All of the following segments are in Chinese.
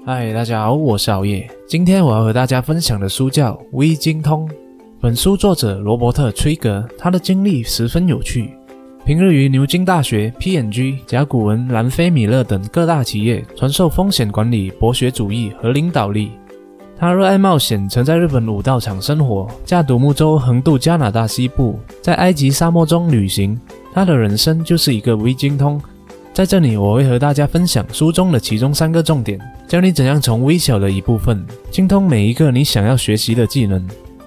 嗨，大家好，我是熬夜。今天我要和大家分享的书叫《微精通》。本书作者罗伯特·崔格，他的经历十分有趣。平日于牛津大学、P&G、甲骨文、兰菲米勒等各大企业传授风险管理、博学主义和领导力。他热爱冒险，曾在日本武道场生活，驾独木舟横渡加拿大西部，在埃及沙漠中旅行。他的人生就是一个微精通。在这里，我会和大家分享书中的其中3个重点，教你怎样从微小的一部分精通每一个你想要学习的技能。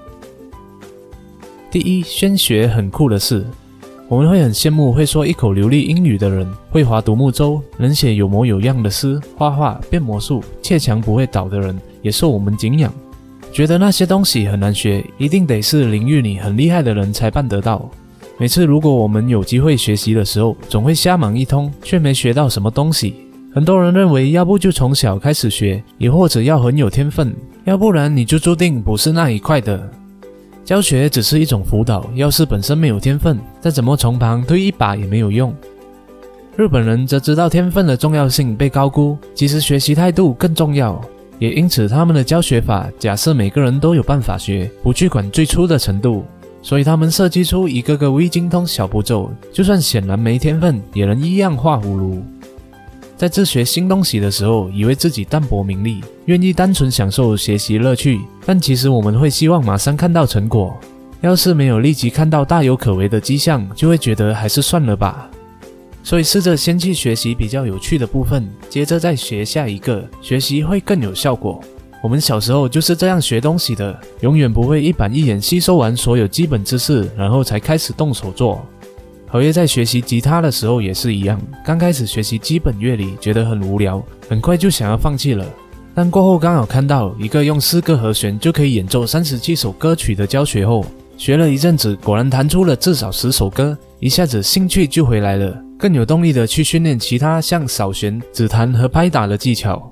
第一，先学很酷的事。我们会很羡慕会说一口流利英语的人，会划独木舟，能写有模有样的诗，画画、变魔术，砌墙不会倒的人，也受我们敬仰。觉得那些东西很难学，一定得是领域里很厉害的人才办得到。每次如果我们有机会学习的时候，总会瞎忙一通，却没学到什么东西。很多人认为要不就从小开始学，也或者要很有天分，要不然你就注定不是那一块的。教学只是一种辅导，要是本身没有天分，再怎么从旁推一把也没有用。日本人则知道天分的重要性被高估，其实学习态度更重要，也因此他们的教学法假设每个人都有办法学，不去管最初的程度。所以他们设计出一个个微精通小步骤，就算显然没天分，也能一样画葫芦。在自学新东西的时候，以为自己淡泊名利，愿意单纯享受学习乐趣，但其实我们会希望马上看到成果。要是没有立即看到大有可为的迹象，就会觉得还是算了吧。所以试着先去学习比较有趣的部分，接着再学下一个，学习会更有效果。我们小时候就是这样学东西的，永远不会一板一眼吸收完所有基本知识，然后才开始动手做。熬夜在学习吉他的时候也是一样，刚开始学习基本乐理觉得很无聊，很快就想要放弃了。但过后刚好看到一个用4个和弦就可以演奏37首歌曲的教学后，学了一阵子，果然弹出了至少10首歌，一下子兴趣就回来了，更有动力的去训练其他像扫弦、指弹和拍打的技巧。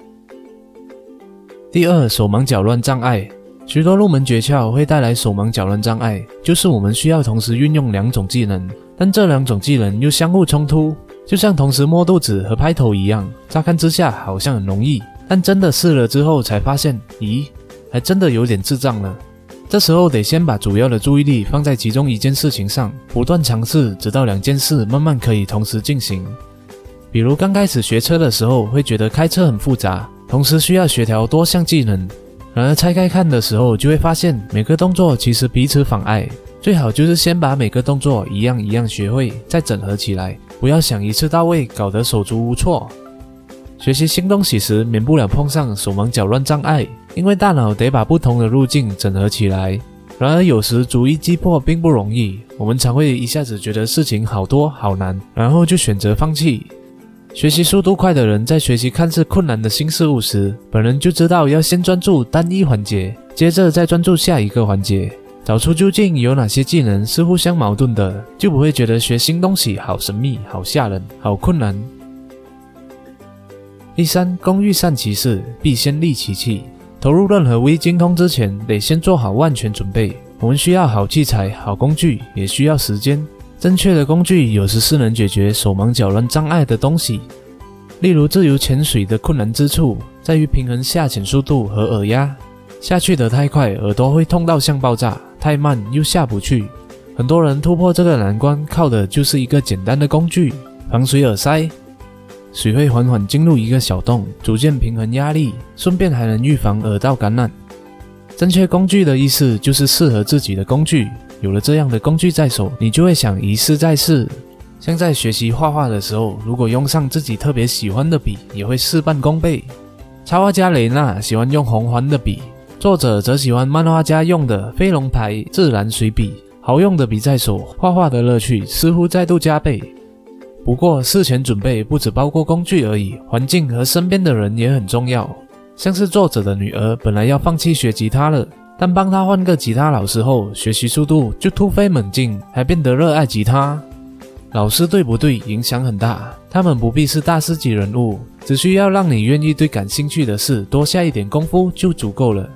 第二，手忙脚乱障碍。许多入门诀窍会带来手忙脚乱障碍，就是我们需要同时运用2种技能，但这2种技能又相互冲突，就像同时摸肚子和拍头一样，乍看之下好像很容易，但真的试了之后才发现，咦，还真的有点智障了。这时候得先把主要的注意力放在其中一件事情上，不断尝试，直到2件事慢慢可以同时进行。比如刚开始学车的时候，会觉得开车很复杂，同时需要协调多项技能。然而拆开看的时候，就会发现每个动作其实彼此妨碍，最好就是先把每个动作一样一样学会，再整合起来，不要想一次到位，搞得手足无措。学习新东西时，免不了碰上手忙脚乱障碍，因为大脑得把不同的路径整合起来。然而有时逐一击破并不容易，我们常会一下子觉得事情好多好难，然后就选择放弃。学习速度快的人在学习看似困难的新事物时，本人就知道要先专注单一环节，接着再专注下一个环节，找出究竟有哪些技能是互相矛盾的，就不会觉得学新东西好神秘、好吓人、好困难。第三，工欲善其事，必先利其器。投入任何微精通之前，得先做好万全准备。我们需要好器材、好工具，也需要时间。正确的工具有时是能解决手忙脚乱障碍的东西。例如自由潜水的困难之处在于平衡下潜速度和耳压，下去得太快，耳朵会痛到像爆炸，太慢又下不去。很多人突破这个难关靠的就是一个简单的工具，防水耳塞。水会缓缓进入一个小洞，逐渐平衡压力，顺便还能预防耳道感染。正确工具的意思就是适合自己的工具，有了这样的工具在手，你就会想一试再试。像在学习画画的时候，如果用上自己特别喜欢的笔，也会事半功倍。插画家雷娜喜欢用红环的笔，作者则喜欢漫画家用的飞龙牌自然水笔。好用的笔在手，画画的乐趣似乎再度加倍。不过事前准备不只包括工具而已，环境和身边的人也很重要。像是作者的女儿本来要放弃学吉他了，但帮她换个吉他老师后，学习速度就突飞猛进，还变得热爱吉他。老师对不对影响很大，他们不必是大师级人物，只需要让你愿意对感兴趣的事多下一点功夫就足够了。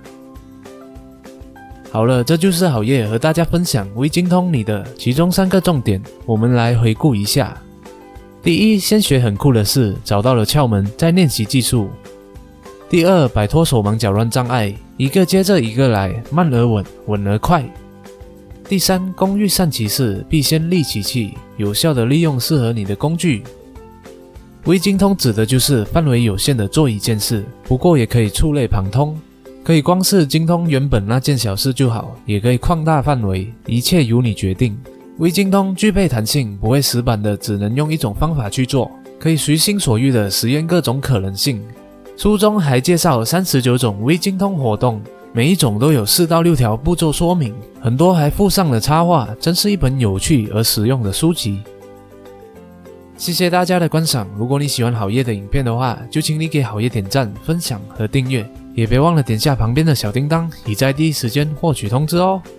好了，这就是熬夜和大家分享微精通你的其中3个重点，我们来回顾一下。第一，先学很酷的事，找到了窍门，再练习技术。 第二，摆脱手忙脚乱障碍，一个接着一个来，慢而稳，稳而快。第三，工欲善其事，必先利其器，有效地利用适合你的工具。微精通指的就是范围有限的做一件事，不过也可以触类旁通，可以光是精通原本那件小事就好，也可以扩大范围，一切由你决定。微精通具备弹性，不会死板的只能用一种方法去做，可以随心所欲的实验各种可能性。书中还介绍39种微精通活动，每一种都有4到6条步骤说明，很多还附上了插画，真是一本有趣而实用的书籍。谢谢大家的观赏，如果你喜欢好业的影片的话，就请你给好业点赞、分享和订阅，也别忘了点下旁边的小叮当，以在第一时间获取通知哦。